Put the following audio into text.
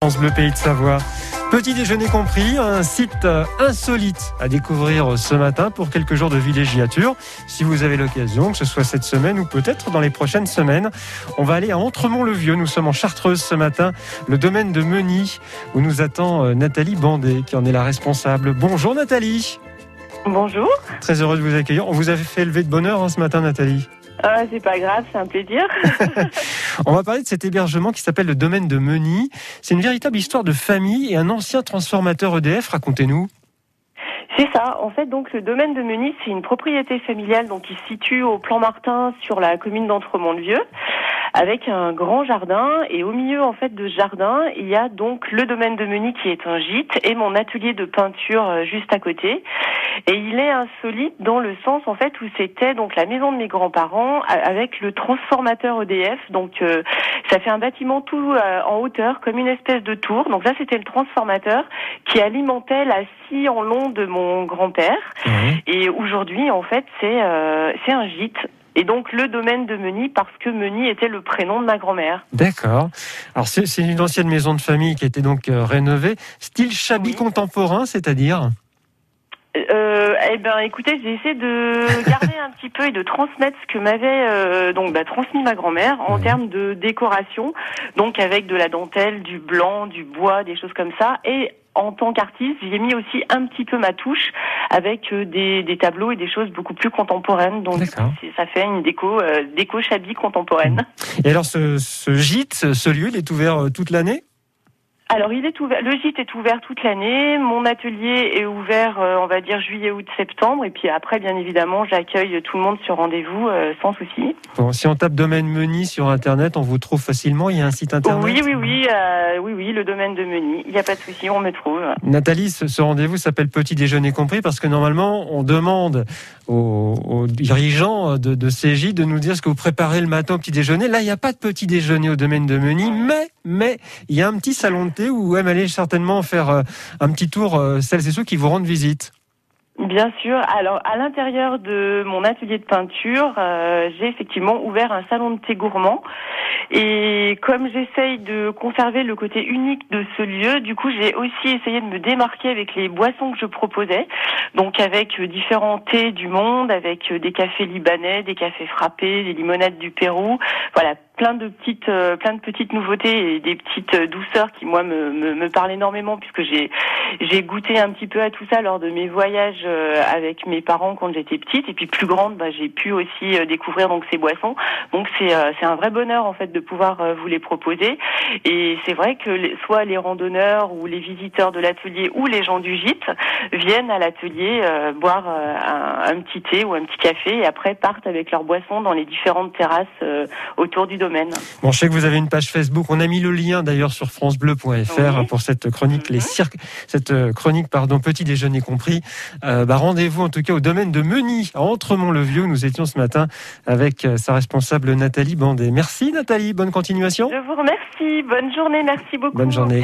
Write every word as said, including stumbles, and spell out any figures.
France Bleu Pays de Savoie. Petit déjeuner compris, un site insolite à découvrir ce matin pour quelques jours de villégiature. Si vous avez l'occasion, que ce soit cette semaine ou peut-être dans les prochaines semaines, on va aller à Entremont-le-Vieux. Nous sommes en Chartreuse ce matin, le domaine de Meuny, où nous attend Nathalie Bandet, qui en est la responsable. Bonjour Nathalie. Bonjour. Très heureux de vous accueillir. On vous avait fait lever de bonne heure hein, ce matin Nathalie. Ah, c'est pas grave, c'est un plaisir. On va parler de cet hébergement qui s'appelle le domaine de Meuny. C'est une véritable histoire de famille et un ancien transformateur E D F. Racontez-nous. C'est ça. En fait, donc le domaine de Meuny, c'est une propriété familiale donc qui se situe au Plan Martin sur la commune d'Entremont-le-Vieux, avec un grand jardin. Et au milieu en fait de ce jardin, il y a donc le domaine de Meuny qui est un gîte et mon atelier de peinture juste à côté. Et il est insolite dans le sens en fait où c'était donc la maison de mes grands-parents avec le transformateur E D F. Donc euh, ça fait un bâtiment tout euh, en hauteur comme une espèce de tour. Donc là c'était le transformateur qui alimentait la scie en long de mon grand-père. Mmh. Et aujourd'hui en fait c'est euh, c'est un gîte. Et donc le domaine de Meuny parce que Meuny était le prénom de ma grand-mère. D'accord. Alors c'est, c'est une ancienne maison de famille qui a été donc euh, rénovée, style Chablis oui. Contemporain, c'est-à-dire Euh, eh ben, écoutez, j'ai essayé de garder un petit peu et de transmettre ce que m'avait euh, donc bah, transmis ma grand-mère en mmh. termes de décoration, donc avec de la dentelle, du blanc, du bois, des choses comme ça. Et en tant qu'artiste, j'y ai mis aussi un petit peu ma touche avec euh, des, des tableaux et des choses beaucoup plus contemporaines. Donc c'est, ça fait une déco, euh, déco Chablis contemporaine. Mmh. Et alors, ce, ce gîte, ce lieu, il est ouvert euh, toute l'année ? Alors, il est ouvert, le gîte est ouvert toute l'année. Mon atelier est ouvert, euh, on va dire, juillet, août, septembre. Et puis après, bien évidemment, j'accueille tout le monde sur rendez-vous, euh, sans souci. Bon, si on tape domaine Meuny sur Internet, on vous trouve facilement. Il y a un site Internet. Oui, oui, oui, euh, oui, oui, le domaine de Meuny. Il n'y a pas de souci, on me trouve. Nathalie, ce, ce rendez-vous s'appelle Petit déjeuner compris parce que normalement, on demande aux, aux dirigeants de, de ces gîtes de nous dire ce que vous préparez le matin au petit déjeuner. Là, il n'y a pas de petit déjeuner au domaine de Meuny, mais, mais, il y a un petit salon de thé où même aller certainement faire un petit tour, celles et ceux qui vous rendent visite. Bien sûr. Alors, à l'intérieur de mon atelier de peinture, euh, j'ai effectivement ouvert un salon de thé gourmand. Et comme j'essaye de conserver le côté unique de ce lieu, du coup, j'ai aussi essayé de me démarquer avec les boissons que je proposais. Donc, avec différents thés du monde, avec des cafés libanais, des cafés frappés, des limonades du Pérou. Voilà, plein de petites, euh, plein de petites nouveautés et des petites douceurs qui, moi, me, me, me parlent énormément puisque j'ai, j'ai goûté un petit peu à tout ça lors de mes voyages avec mes parents quand j'étais petite et puis plus grande bah, j'ai pu aussi découvrir donc ces boissons donc c'est euh, c'est un vrai bonheur en fait de pouvoir euh, vous les proposer et c'est vrai que les, soit les randonneurs ou les visiteurs de l'atelier ou les gens du gîte viennent à l'atelier euh, boire euh, un, un petit thé ou un petit café et après partent avec leurs boissons dans les différentes terrasses euh, autour du domaine. Bon, je sais que vous avez une page Facebook, on a mis le lien d'ailleurs sur francebleu point f r oui. pour cette chronique mm-hmm. les cirques cette chronique pardon petit déjeuner compris. Euh, Bah, rendez-vous en tout cas au domaine de Meuny à Entremont-le-Vieux où nous étions ce matin avec sa responsable Nathalie Bandet. Merci Nathalie, bonne continuation. Je vous remercie, bonne journée, merci beaucoup. Bonne journée.